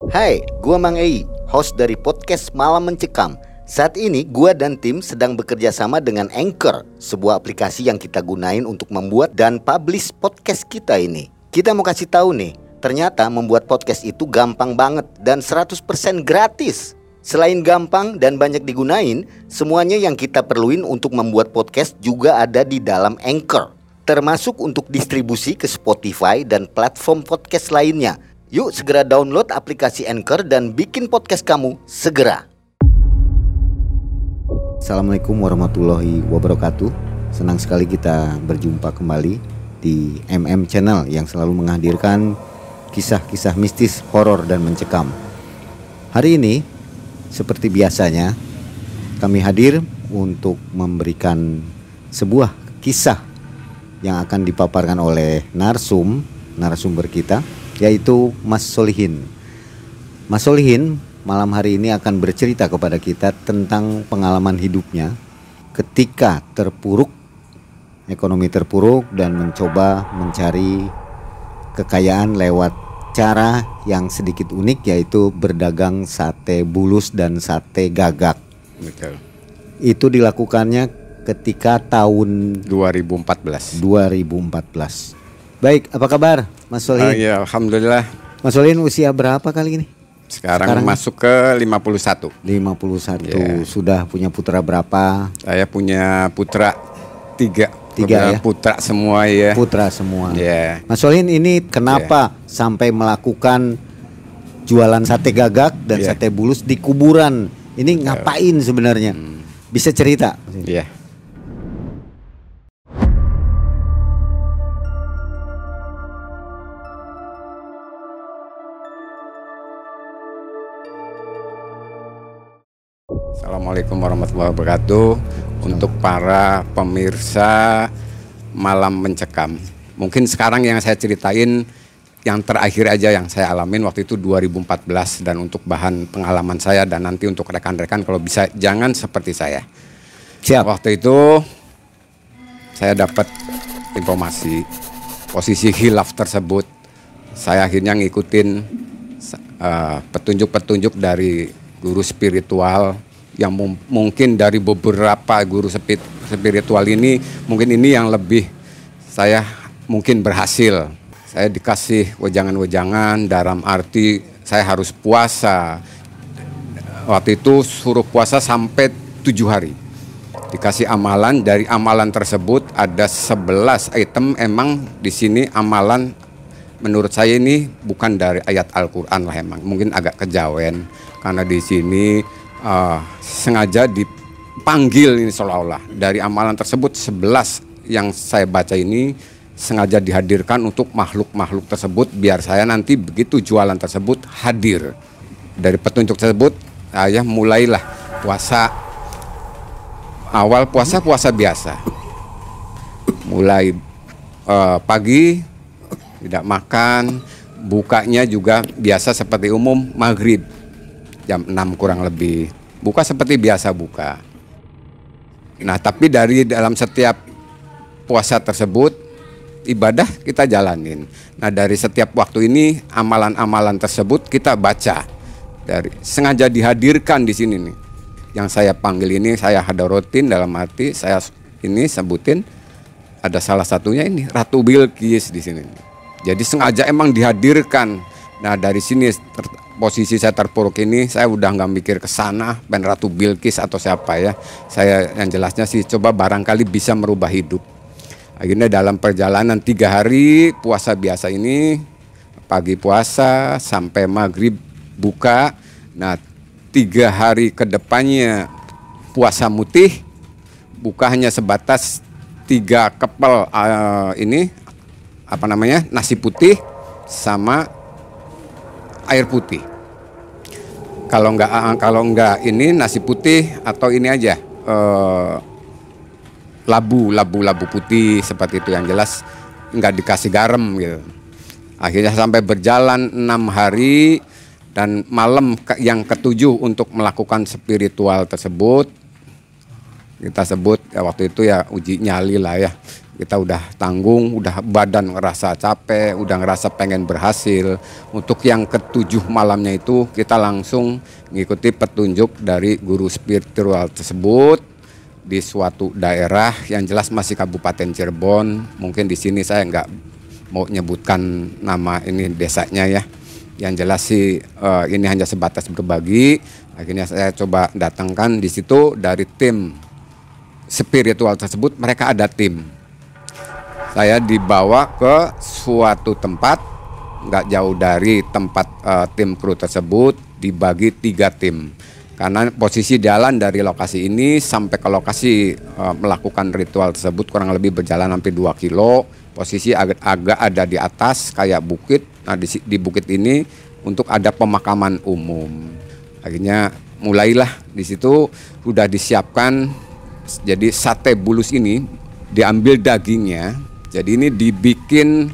Hai, gua Mang Ei, host dari podcast Malam Mencekam. Saat ini gua dan tim sedang bekerja sama dengan Anchor, sebuah aplikasi yang kita gunain untuk membuat dan publish podcast kita ini. Kita mau kasih tahu nih, ternyata membuat podcast itu gampang banget dan 100% gratis. Selain gampang dan banyak digunain, semuanya yang kita perluin untuk membuat podcast juga ada di dalam Anchor, termasuk untuk distribusi ke Spotify dan platform podcast lainnya. Yuk segera download aplikasi Anchor dan bikin podcast kamu segera. Assalamualaikum warahmatullahi wabarakatuh. Senang sekali kita berjumpa kembali di MM Channel yang selalu menghadirkan kisah-kisah mistis, horor dan mencekam. Hari ini seperti biasanya kami hadir untuk memberikan sebuah kisah yang akan dipaparkan oleh narasumber kita, yaitu Mas Solihin. Mas Solihin malam hari ini akan bercerita kepada kita tentang pengalaman hidupnya ketika ekonomi terpuruk dan mencoba mencari kekayaan lewat cara yang sedikit unik, yaitu berdagang sate bulus dan sate gagak. Betul. Itu dilakukannya ketika tahun 2014. Baik, apa kabar Mas Solihin? Ya, alhamdulillah. Mas Solihin usia berapa kali ini? Sekarang masuk ke 51. 51. Yeah. Sudah punya putra berapa? Saya punya putra 3. Tiga ya? Putra semua ya. Putra semua. Yeah. Mas Solihin, ini kenapa sampai melakukan jualan sate gagak dan sate bulus di kuburan? Ini ngapain sebenarnya? Bisa cerita? Iya. Assalamualaikum warahmatullahi wabarakatuh. Untuk para pemirsa Malam Mencekam, mungkin sekarang yang saya ceritain yang terakhir aja yang saya alamin waktu itu 2014, dan untuk bahan pengalaman saya dan nanti untuk rekan-rekan kalau bisa jangan seperti saya. Siap. Waktu itu saya dapat informasi posisi khilaf tersebut. Saya akhirnya ngikutin petunjuk-petunjuk dari guru spiritual yang mungkin dari beberapa guru spiritual ini, mungkin ini yang lebih saya mungkin berhasil. Saya dikasih wejangan-wejangan dalam arti saya harus puasa. Waktu itu suruh puasa sampai 7 hari. Dikasih amalan, dari amalan tersebut ada 11 item. Emang di sini amalan menurut saya ini bukan dari ayat Al-Quran lah, emang mungkin agak kejawen karena di sini sengaja dipanggil ini seolah-olah dari amalan tersebut 11 yang saya baca ini sengaja dihadirkan untuk makhluk-makhluk tersebut biar saya nanti begitu jualan tersebut hadir. Dari petunjuk tersebut saya mulailah puasa. Awal puasa biasa. Mulai pagi tidak makan, bukanya juga biasa seperti umum maghrib jam 6 kurang lebih. Buka seperti biasa buka. Nah, tapi dari dalam setiap puasa tersebut ibadah kita jalanin. Nah, dari setiap waktu ini amalan-amalan tersebut kita baca. Sengaja dihadirkan di sini nih. Yang saya panggil ini saya hadarotin, dalam arti saya ini sebutin ada salah satunya ini Ratu Bilqis di sini. Jadi sengaja emang dihadirkan. Nah, dari sini posisi saya terpuruk ini saya udah nggak mikir ke sana Ben Ratu Bilqis atau siapa ya. Saya yang jelasnya sih coba barangkali bisa merubah hidup. Akhirnya dalam perjalanan 3 hari puasa biasa ini, pagi puasa sampai maghrib buka. Nah, 3 hari ke depannya puasa mutih, buka hanya sebatas 3 kepel nasi putih sama air putih. Kalau enggak ini nasi putih atau ini aja labu putih seperti itu, yang jelas enggak dikasih garam gitu. Akhirnya sampai berjalan 6 hari dan malam yang ke-7 untuk melakukan spiritual tersebut, kita sebut ya waktu itu ya uji nyali lah ya. Kita udah tanggung, udah badan ngerasa capek, udah ngerasa pengen berhasil. Untuk yang ke-7 malamnya itu kita langsung ngikuti petunjuk dari guru spiritual tersebut di suatu daerah yang jelas masih Kabupaten Cirebon. Mungkin di sini saya nggak mau nyebutkan nama ini desanya ya. Yang jelas sih ini hanya sebatas berbagi. Akhirnya saya coba datangkan di situ dari tim spiritual tersebut, mereka ada tim. Saya dibawa ke suatu tempat nggak jauh dari tempat tim kru tersebut, dibagi 3 tim. Karena posisi jalan dari lokasi ini sampai ke lokasi melakukan ritual tersebut kurang lebih berjalan hampir 2 kilo. Posisi agak ada di atas kayak bukit. Nah di bukit ini untuk ada pemakaman umum. Akhirnya mulailah di situ sudah disiapkan. Jadi sate bulus ini diambil dagingnya. Jadi ini dibikin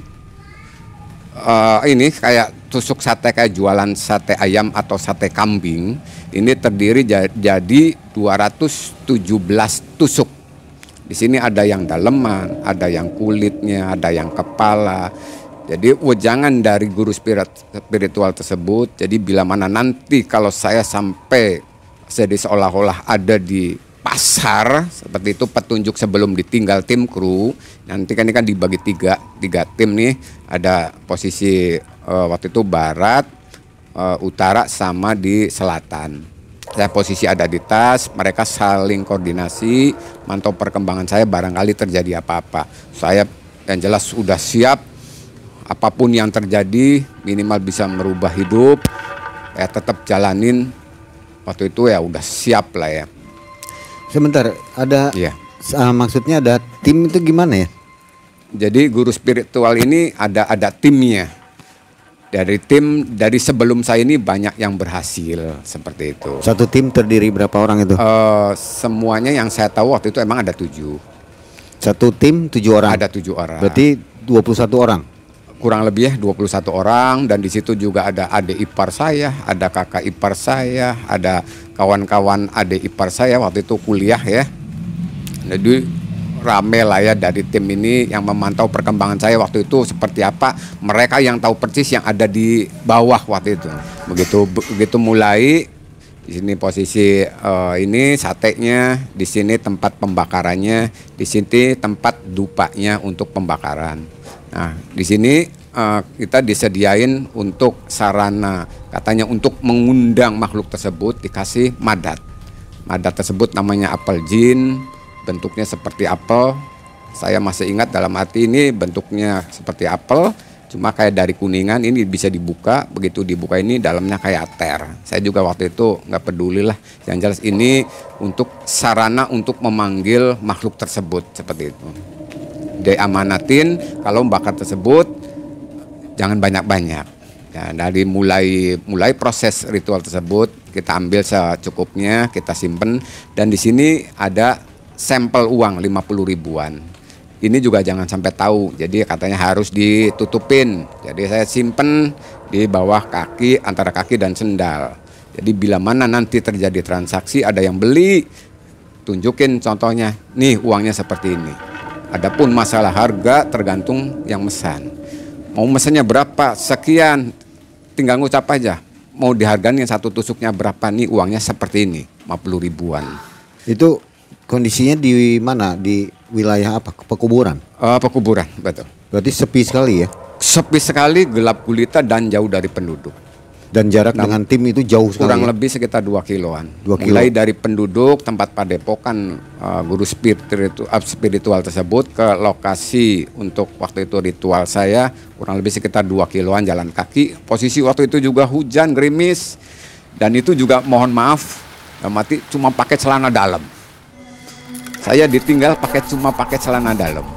ini kayak tusuk sate kayak jualan sate ayam atau sate kambing. Ini terdiri jadi 217 tusuk. Di sini ada yang daleman, ada yang kulitnya, ada yang kepala. Jadi wejangan dari guru spiritual tersebut. Jadi bila mana nanti kalau saya sampai jadi seolah-olah ada di pasar seperti itu, petunjuk sebelum ditinggal tim kru. Nanti kan ini kan dibagi tiga tim nih, ada posisi waktu itu barat, utara sama di selatan. Saya posisi ada di tas, mereka saling koordinasi, mantau perkembangan saya barangkali terjadi apa-apa. Saya yang jelas sudah siap, apapun yang terjadi minimal bisa merubah hidup, ya tetap jalanin. Waktu itu ya udah siap lah ya. Sebentar, ada maksudnya ada tim itu gimana ya? Jadi guru spiritual ini ada timnya. Dari sebelum saya ini banyak yang berhasil seperti itu. Satu tim terdiri berapa orang itu? Semuanya yang saya tahu waktu itu emang ada 7. Satu tim 7 orang. Ada 7 orang. Berarti 21 orang. Kurang lebih ya 21 orang, dan di situ juga ada adik ipar saya, ada kakak ipar saya, ada kawan-kawan adik ipar saya waktu itu kuliah ya. Jadi rame lah ya dari tim ini yang memantau perkembangan saya waktu itu seperti apa. Mereka yang tahu persis yang ada di bawah waktu itu. Begitu mulai di sini posisi ini satenya, di sini tempat pembakarannya, di sini tempat dupanya untuk pembakaran. Nah, di sini kita disediain untuk sarana, katanya untuk mengundang makhluk tersebut dikasih madat. Madat tersebut namanya apel jin, bentuknya seperti apel. Saya masih ingat dalam hati ini bentuknya seperti apel, cuma kayak dari kuningan, ini bisa dibuka, begitu dibuka ini dalamnya kayak ter. Saya juga waktu itu nggak peduli lah, yang jelas ini untuk sarana untuk memanggil makhluk tersebut seperti itu. Diamanatin kalau bakar tersebut jangan banyak-banyak. Ya, dari mulai proses ritual tersebut kita ambil secukupnya, kita simpen, dan di sini ada sampel uang 50 ribuan. Ini juga jangan sampai tahu. Jadi katanya harus ditutupin. Jadi saya simpen di bawah kaki, antara kaki dan sendal. Jadi bila mana nanti terjadi transaksi ada yang beli, tunjukin contohnya, nih uangnya seperti ini. Adapun masalah harga tergantung yang mesan. Mau mesennya berapa? Sekian. Tinggal ngucap aja. Mau dihargain yang satu tusuknya berapa, nih uangnya seperti ini, 50 ribuan. Itu kondisinya di mana? Di wilayah apa? Pekuburan? Pekuburan, betul. Berarti sepi sekali ya? Sepi sekali, gelap gulita dan jauh dari penduduk. Dan jarak dengan tim itu jauh sekali. Kurang lebih sekitar 2 kiloan. 2 kilo. Mulai dari penduduk tempat padepokan guru spiritual tersebut ke lokasi untuk waktu itu ritual saya kurang lebih sekitar 2 kiloan jalan kaki. Posisi waktu itu juga hujan, gerimis, dan itu juga mohon maaf, mati cuma pakai celana dalam. Saya ditinggal cuma pakai celana dalam.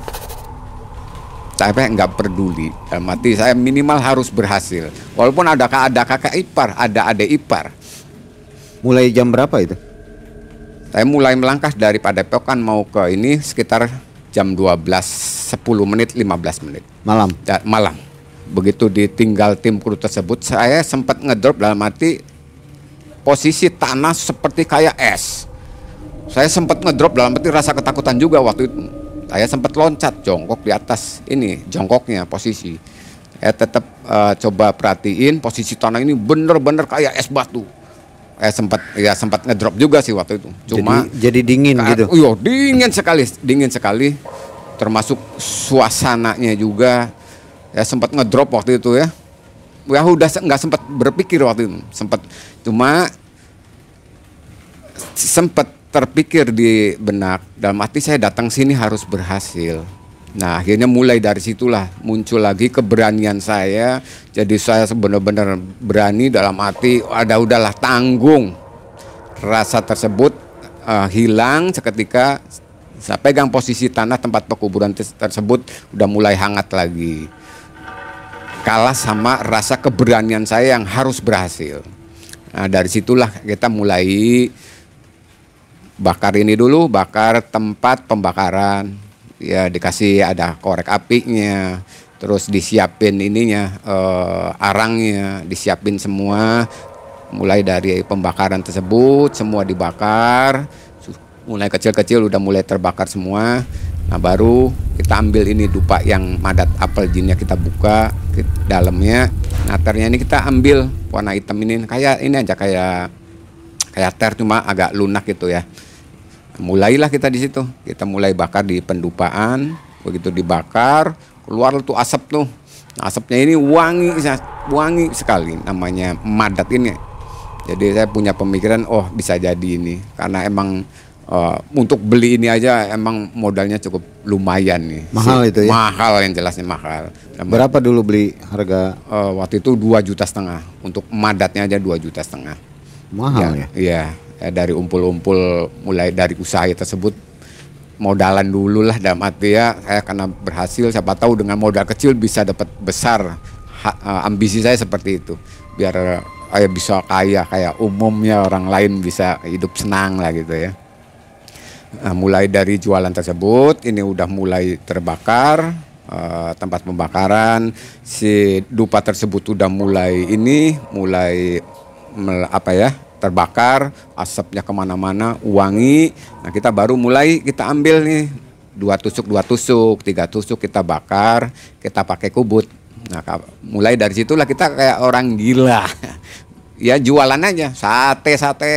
Saya nggak peduli, mati saya minimal harus berhasil. Walaupun ada kakak ipar, ada adik ipar. Mulai jam berapa itu? Saya mulai melangkah dari padepokan mau ke ini sekitar jam 12, 10 menit, 15 menit. Malam? Malam. Begitu ditinggal tim kru tersebut, saya sempat ngedrop dalam arti posisi tanah seperti kayak es. Saya sempat ngedrop dalam arti rasa ketakutan juga waktu itu. Saya sempat loncat jongkok di atas ini jongkoknya posisi. Saya tetap coba perhatiin posisi tanah ini bener-bener kayak es batu. Sempat ngedrop juga sih waktu itu. Cuma jadi dingin gitu. Iya, dingin sekali. Termasuk suasananya juga. Ya sempat ngedrop waktu itu ya. Ya udah nggak sempat berpikir waktu itu. Sempat terpikir di benak dalam hati saya datang sini harus berhasil. Nah akhirnya mulai dari situlah muncul lagi keberanian saya. Jadi saya benar-benar berani dalam hati udahlah tanggung. Rasa tersebut hilang seketika saya pegang posisi tanah tempat pekuburan tersebut udah mulai hangat lagi. Kalah sama rasa keberanian saya yang harus berhasil. Nah dari situlah kita mulai bakar ini dulu, bakar tempat pembakaran. Ya dikasih ada korek apinya, terus disiapin ininya arangnya, disiapin semua. Mulai dari pembakaran tersebut semua dibakar, mulai kecil-kecil udah mulai terbakar semua. Nah baru kita ambil ini dupa yang madat apel jinnya, kita buka dalamnya. Nah ternya ini kita ambil warna hitam ini kayak ini aja kayak ter cuma agak lunak gitu ya. Mulailah kita di situ, kita mulai bakar di pendupaan. Begitu dibakar keluar tuh asap tuh. Nah, asapnya ini wangi sekali, namanya madat ini. Jadi saya punya pemikiran bisa jadi ini karena emang untuk beli ini aja emang modalnya cukup lumayan nih. Mahal itu ya? Mahal, yang jelasnya mahal. Berapa dulu beli harga? Waktu itu 2,5 juta. Untuk madatnya aja 2,5 juta. Mahal ya? Iya, dari umpul-umpul mulai dari usaha tersebut modalan dulu lah dalam arti ya saya karena berhasil, siapa tahu dengan modal kecil bisa dapat besar. Ambisi saya seperti itu. Biar saya bisa kaya kayak umumnya orang lain, bisa hidup senang lah gitu ya. Nah, mulai dari jualan tersebut ini udah mulai terbakar tempat pembakaran, si dupa tersebut udah mulai terbakar, asapnya kemana-mana, wangi. Nah kita baru mulai kita ambil nih 2 tusuk, 3 tusuk kita bakar, kita pakai kubut. Nah mulai dari situlah kita kayak orang gila. Ya jualan aja sate.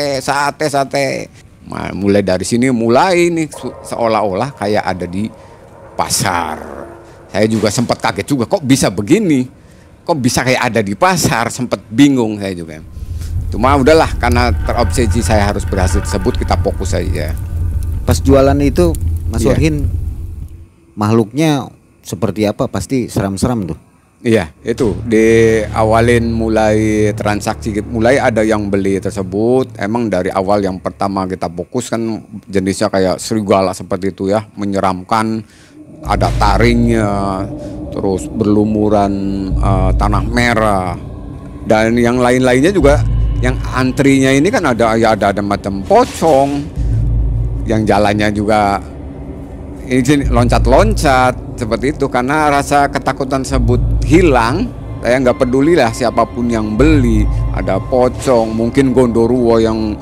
Mulai dari sini nih seolah-olah kayak ada di pasar. Saya juga sempat kaget juga, kok bisa begini? Kok bisa kayak ada di pasar? Sempat bingung saya juga. Cuma udahlah, karena terobsesi saya harus berhasil tersebut, kita fokus saja. Pas jualan itu Mas Warhin, makhluknya seperti apa? Pasti seram-seram tuh. Iya, itu diawalin mulai transaksi, mulai ada yang beli tersebut. Emang dari awal yang pertama kita fokus kan jenisnya kayak serigala seperti itu ya, menyeramkan, ada taringnya, terus berlumuran tanah merah, dan yang lain-lainnya juga. Yang antrinya ini kan ada macam pocong, yang jalannya juga ini loncat-loncat seperti itu. Karena rasa ketakutan tersebut hilang, saya nggak peduli lah siapapun yang beli. Ada pocong, mungkin gondoruo yang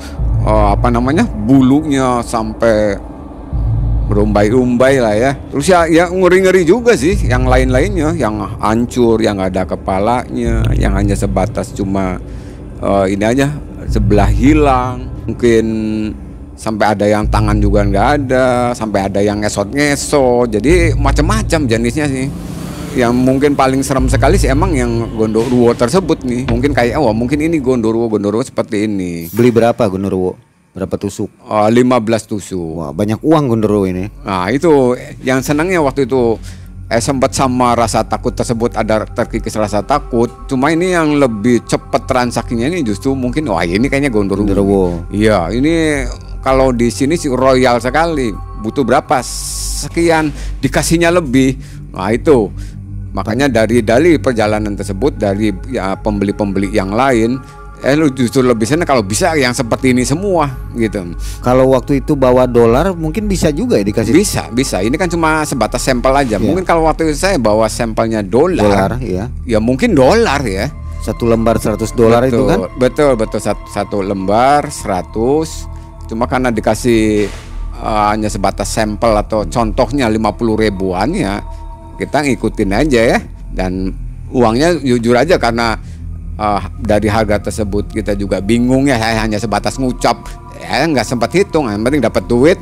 bulunya sampai berumbai-umbai lah ya. Terus ya ngeri-ngeri juga sih yang lain-lainnya, yang hancur, yang nggak ada kepalanya, yang hanya sebatas cuma ini aja sebelah hilang, mungkin sampai ada yang tangan juga nggak ada, sampai ada yang ngesot-ngesot, jadi macam-macam jenisnya sih. Yang mungkin paling serem sekali sih emang yang gondoruo tersebut nih. Mungkin kayak mungkin ini gondoruo seperti ini. Beli berapa gondoruo? Berapa tusuk? 15 tusuk. Wah, banyak uang gondoruo ini. Nah itu yang senangnya waktu itu. Sempat sama rasa takut tersebut, ada terkikis rasa takut. Cuma ini yang lebih cepat transaksinya ini justru mungkin ini kayaknya gondoruo. Iya, ini kalau di sini sih royal sekali. Butuh berapa? Sekian dikasihnya lebih. Nah itu. Makanya dari perjalanan tersebut, dari pembeli-pembeli yang lain, lu justru lebih senang kalau bisa yang seperti ini semua gitu. Kalau waktu itu bawa dolar mungkin bisa juga ya dikasih. Bisa. Ini kan cuma sebatas sampel aja. Mungkin kalau waktu itu saya bawa sampelnya dolar ya. Ya mungkin dolar ya. 1 lembar $100 itu kan? Betul. Satu lembar 100. Cuma karena dikasih hanya sebatas sampel atau contohnya 50 ribuan ya kita ngikutin aja ya, dan uangnya jujur aja karena dari harga tersebut kita juga bingung ya, saya hanya sebatas ngucap ya, nggak sempat hitung, yang penting dapat duit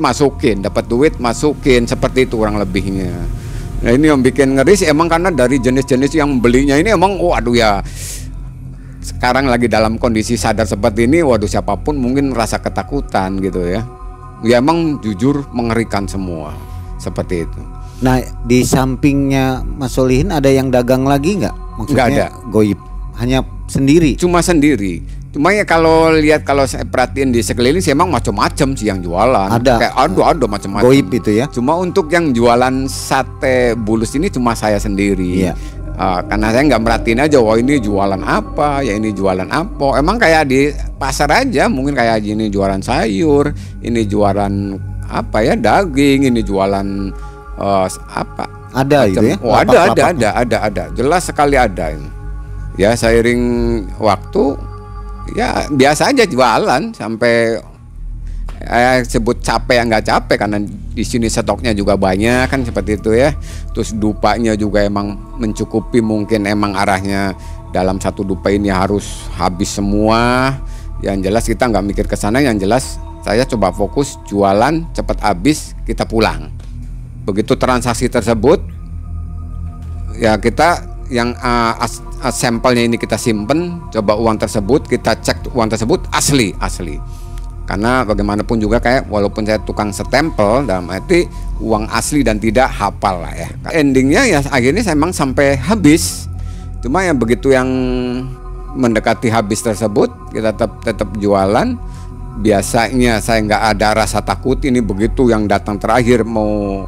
masukin seperti itu kurang lebihnya. Nah ini yang bikin ngeri sih emang, karena dari jenis-jenis yang belinya ini emang waduh ya, sekarang lagi dalam kondisi sadar seperti ini, waduh siapapun mungkin rasa ketakutan gitu ya. Ya emang jujur mengerikan semua seperti itu. Nah di sampingnya Mas Solihin ada yang dagang lagi nggak? Maksudnya nggak ada. Goib, hanya sendiri? Cuma sendiri. Cuma ya kalau saya perhatiin di sekeliling sih emang macam-macam sih yang jualan. Ada. Kayak ada macam-macam. Goib itu ya. Cuma untuk yang jualan sate bulus ini cuma saya sendiri. Iya. Karena saya nggak merhatiin aja, wah ini jualan apa, ya ini jualan apa. Emang kayak di pasar aja, mungkin kayak ini jualan sayur, ini jualan apa ya, daging, ini jualan apa. Ada itu ya? Oh ada. Jelas sekali ada ini. Ya seiring waktu ya biasa aja jualan sampai sebut capek nggak capek, karena di sini stoknya juga banyak kan seperti itu ya. Terus dupanya juga emang mencukupi, mungkin emang arahnya dalam satu dupa ini harus habis semua. Yang jelas kita nggak mikir ke sana, yang jelas saya coba fokus jualan cepat habis kita pulang. Begitu transaksi tersebut ya kita yang sampelnya ini kita simpen, coba uang tersebut kita cek, uang tersebut asli. Karena bagaimanapun juga kayak walaupun saya tukang setempel, dalam arti uang asli dan tidak hafal lah ya. Endingnya ya akhirnya saya emang sampai habis. Cuma yang begitu yang mendekati habis tersebut kita tetap jualan. Biasanya saya nggak ada rasa takut, ini begitu yang datang terakhir mau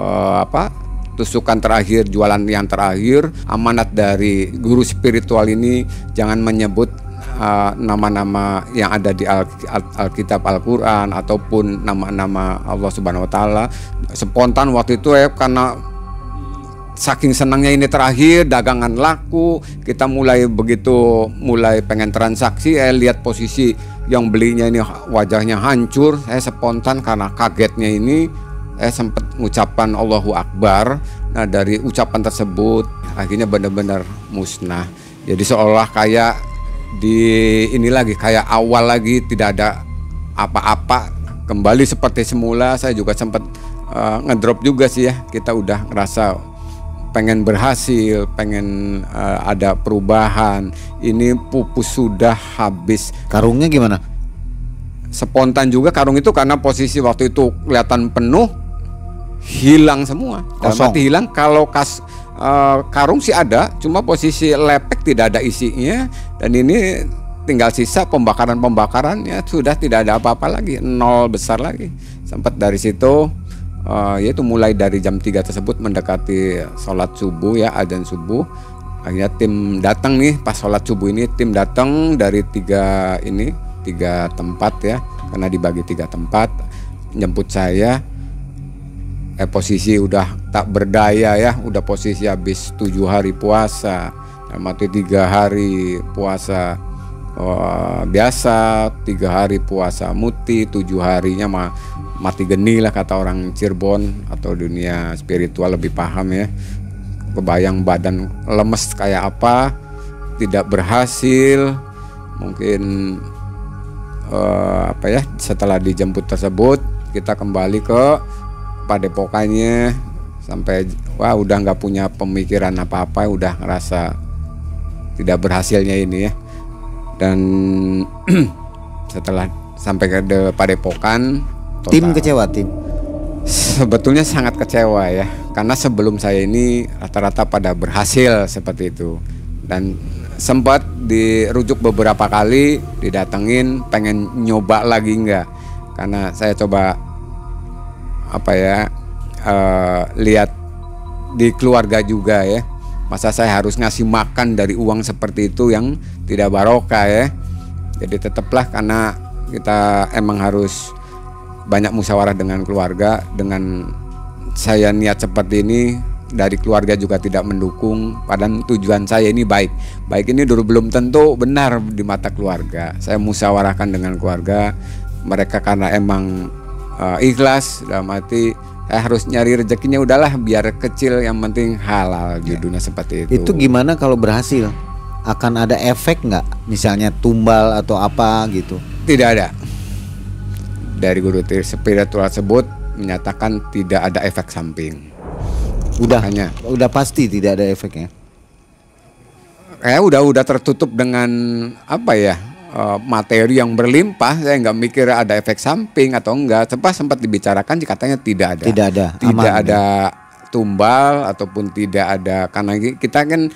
tusukan terakhir, jualan yang terakhir, amanat dari guru spiritual ini jangan menyebut nama-nama yang ada di Alkitab Al-Quran ataupun nama-nama Allah Subhanahu Wa Taala. Spontan waktu itu ya, karena saking senangnya ini terakhir, dagangan laku, kita mulai pengen transaksi, lihat posisi yang belinya ini wajahnya hancur, saya spontan karena kagetnya ini sempat mengucapkan Allahu Akbar. Nah dari ucapan tersebut akhirnya benar-benar musnah. Jadi seolah kayak kayak awal lagi, tidak ada apa-apa, kembali seperti semula. Saya juga sempat ngedrop juga sih ya, kita udah ngerasa pengen berhasil, pengen ada perubahan. Ini pupus sudah habis. Karungnya gimana? Spontan juga karung itu, karena posisi waktu itu kelihatan penuh, hilang semua. Dalam arti hilang, kalau karung sih ada, cuma posisi lepek tidak ada isinya, dan ini tinggal sisa pembakarannya sudah tidak ada apa-apa lagi, nol besar lagi. Sempat dari situ yaitu mulai dari jam 3 tersebut mendekati sholat subuh ya, azan subuh, akhirnya tim datang nih. Pas sholat subuh ini tim datang dari 3 tempat ya, karena dibagi 3 tempat, jemput saya. Posisi udah tak berdaya ya, udah posisi habis 7 hari puasa, mati 3 hari puasa biasa, 3 hari puasa muti, 7 harinya mati geni lah kata orang Cirebon atau dunia spiritual lebih paham ya. Kebayang badan lemes kayak apa, tidak berhasil. Mungkin setelah dijemput tersebut kita kembali ke padepokannya, sampai udah nggak punya pemikiran apa-apa, udah ngerasa tidak berhasilnya ini ya. Dan setelah sampai ke padepokan, tim kecewa, tim sebetulnya sangat kecewa ya, karena sebelum saya ini rata-rata pada berhasil seperti itu, dan sempat dirujuk beberapa kali, didatengin pengen nyoba lagi enggak, karena saya coba lihat di keluarga juga ya, masa saya harus ngasih makan dari uang seperti itu yang tidak barokah ya. Jadi tetaplah, karena kita emang harus banyak musyawarah dengan keluarga. Dengan saya niat seperti ini, dari keluarga juga tidak mendukung, padahal tujuan saya ini baik ini dulu belum tentu benar di mata keluarga. Saya musyawarahkan dengan keluarga, mereka karena emang ikhlas, dalam arti harus nyari rezekinya udahlah biar kecil yang penting halal di dunia seperti itu. Itu gimana kalau berhasil? Akan ada efek nggak? Misalnya tumbal atau apa gitu? Tidak ada. Dari guru spiritual tersebut menyatakan tidak ada efek samping. Udah pasti tidak ada efeknya. Kayak udah tertutup dengan apa ya? Materi yang berlimpah, saya nggak mikir ada efek samping atau enggak. Sempat dibicarakan, katanya tidak ada. Tidak ada tumbal ataupun tidak ada, karena kita kan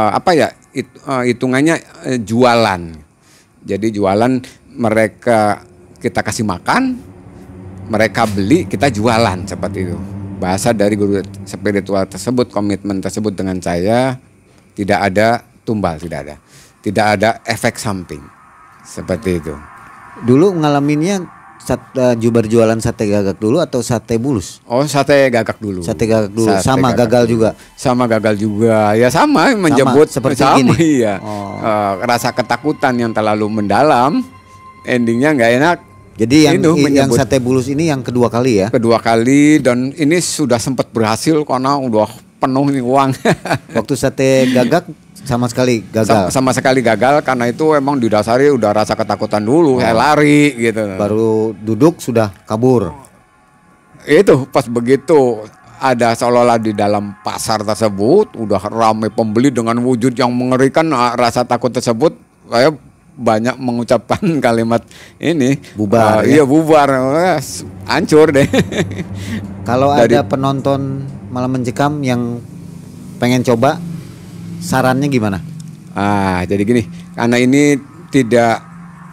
hitungannya jualan. Jadi jualan, mereka kita kasih makan, mereka beli, kita jualan, seperti itu. Bahasa dari guru spiritual tersebut, komitmen tersebut dengan saya, tidak ada tumbal, tidak ada efek samping. Seperti itu. Dulu ngalaminnya berjualan sate gagak dulu atau sate bulus? Oh, sate gagak dulu. Sate gagak dulu. Sama gagal juga. Sama gagal juga. Ya sama menjemput seperti sama, ini. Iya. Rasa ketakutan yang terlalu mendalam, endingnya nggak enak. Jadi yang sate bulus ini yang kedua kali ya? Kedua kali, dan ini sudah sempat berhasil karena udah penuh nih uang. Waktu sate gagak sama sekali gagal. Sama sekali gagal, karena itu emang didasari udah rasa ketakutan dulu, saya lari gitu. Baru duduk sudah kabur. Itu pas begitu ada seolah-olah di dalam pasar tersebut udah ramai pembeli dengan wujud yang mengerikan, rasa takut tersebut saya banyak mengucapkan kalimat ini bubar. Iya bubar, hancur deh. Kalau ada penonton Malam Mencekam yang pengen coba, sarannya gimana? Jadi gini, karena ini tidak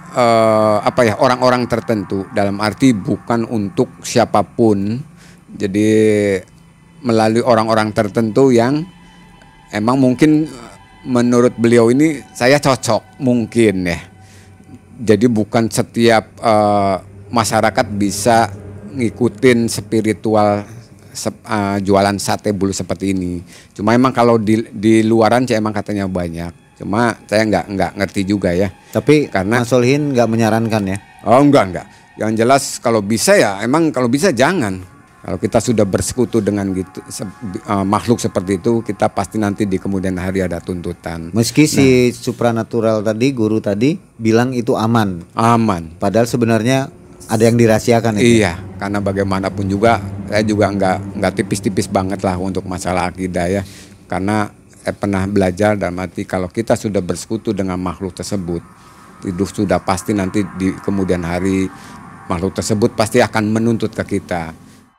orang-orang tertentu, dalam arti bukan untuk siapapun. Jadi melalui orang-orang tertentu yang emang mungkin menurut beliau ini saya cocok mungkin ya. Jadi bukan setiap masyarakat bisa ngikutin spiritual jualan sate bulu seperti ini. Cuma emang kalau di luaran saya emang katanya banyak. Cuma saya nggak ngerti juga ya. Tapi karena Mas Solihin nggak menyarankan ya? Oh enggak. Yang jelas kalau bisa ya emang, kalau bisa jangan. Kalau kita sudah bersekutu dengan gitu makhluk seperti itu, kita pasti nanti di kemudian hari ada tuntutan. Meski si supranatural tadi, guru tadi bilang itu aman. Padahal sebenarnya ada yang dirahasiakan itu. Iya, karena bagaimanapun juga saya juga nggak tipis-tipis banget lah untuk masalah akidah ya. Karena pernah belajar dalam arti kalau kita sudah bersekutu dengan makhluk tersebut, itu sudah pasti nanti di kemudian hari makhluk tersebut pasti akan menuntut ke kita.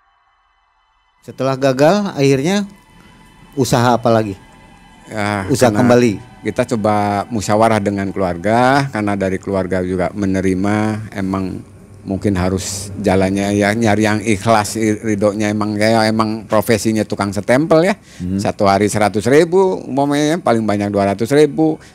Setelah gagal, akhirnya usaha apa lagi? Usaha kembali. Kita coba musyawarah dengan keluarga, karena dari keluarga juga menerima, emang mungkin harus jalannya ya nyari yang ikhlas, ridhonya emang profesinya tukang setempel ya. Satu hari 100.000 umpamanya, paling banyak 200.000.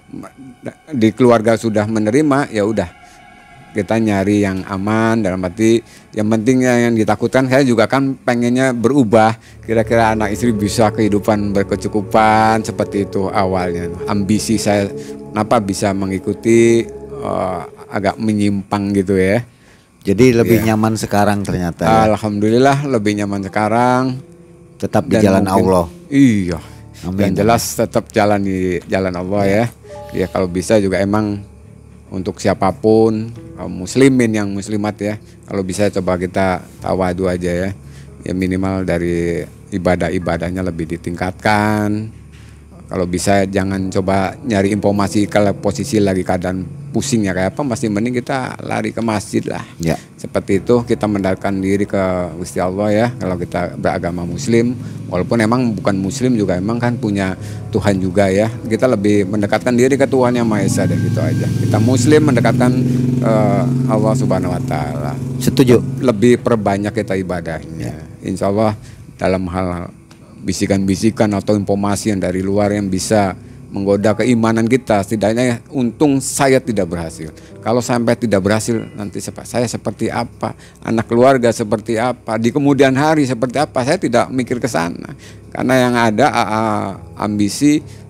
Di keluarga sudah menerima, ya udah kita nyari yang aman, dalam arti yang pentingnya yang ditakutkan, saya juga kan pengennya berubah, kira-kira anak istri bisa kehidupan berkecukupan, seperti itu awalnya. Ambisi saya kenapa bisa mengikuti agak menyimpang gitu ya. Jadi lebih nyaman sekarang ternyata ya? Alhamdulillah lebih nyaman sekarang. Tetap di jalan Allah. Iya. Amin. Yang jelas tetap jalan di jalan Allah ya. Ya kalau bisa juga emang untuk siapapun, muslimin yang muslimat ya, kalau bisa coba kita tawadu aja ya. Ya minimal dari ibadah-ibadahnya lebih ditingkatkan. Kalau bisa jangan coba nyari informasi kalau posisi lagi keadaan pusing ya kayak apa, masih mending kita lari ke masjid lah. Ya. Seperti itu kita mendekatkan diri ke Gusti Allah ya. Kalau kita beragama muslim, walaupun emang bukan muslim juga emang kan punya Tuhan juga ya. Kita lebih mendekatkan diri ke Tuhan Yang Maha Esa, dan gitu aja. Kita muslim mendekatkan Allah Subhanahu wa taala. Setuju. Lebih perbanyak kita ibadahnya. Insya Allah dalam hal bisikan-bisikan atau informasi yang dari luar yang bisa menggoda keimanan kita, setidaknya untung saya tidak berhasil. Kalau sampai tidak berhasil, nanti saya seperti apa, anak keluarga seperti apa, di kemudian hari seperti apa, saya tidak mikir ke sana. Karena yang ada ambisi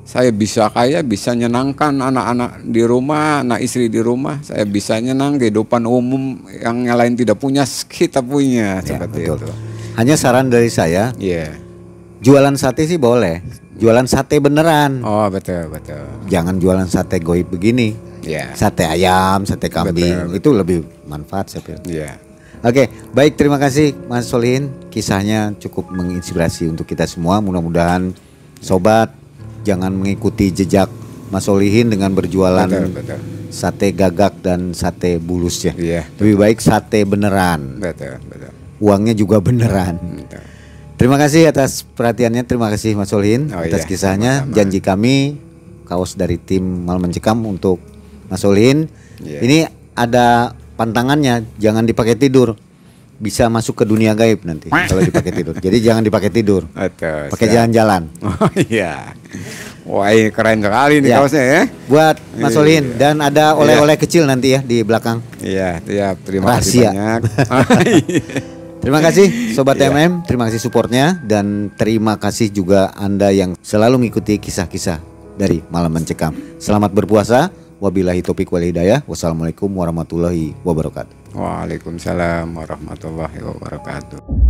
saya bisa kaya, bisa nyenangkan anak-anak di rumah, anak istri di rumah. Saya bisa nyenang kehidupan umum yang lain tidak punya, kita punya, seperti betul. itu. Hanya saran dari saya, Iya. jualan sate sih boleh, jualan sate beneran. Oh, betul. Jangan jualan sate goib begini. Iya. Sate ayam, sate kambing, Betul. itu lebih manfaat saya pikir. Iya. Oke, baik, terima kasih Mas Solihin. Kisahnya cukup menginspirasi untuk kita semua. Mudah-mudahan sobat jangan mengikuti jejak Mas Solihin dengan berjualan Betul. sate gagak dan sate bulus ya. Iya. Lebih baik sate beneran. Betul. Uangnya juga beneran. Betul. Terima kasih atas perhatiannya. Terima kasih Mas Solihin atas Iya, kisahnya. sama-sama. Janji kami kaos dari tim Malam Mencekam untuk Mas Solihin. Iya. Ini ada pantangannya, jangan dipakai tidur. Bisa masuk ke dunia gaib nanti kalau dipakai tidur. Jadi jangan dipakai tidur. Betul. Pakai siap. jalan-jalan. Oh iya. Wah, ini keren sekali nih Ya. kaosnya ya. Buat Mas Iya. Solihin, dan ada oleh-oleh kecil nanti ya di belakang. Iya, terima Rahasia. kasih banyak. Terima kasih Sobat Iya. MM, terima kasih supportnya. Dan terima kasih juga Anda yang selalu mengikuti kisah-kisah dari Malam Mencekam. Selamat berpuasa. Wabillahi taufiq wal hidayah. Wassalamualaikum warahmatullahi wabarakatuh. Waalaikumsalam warahmatullahi wabarakatuh.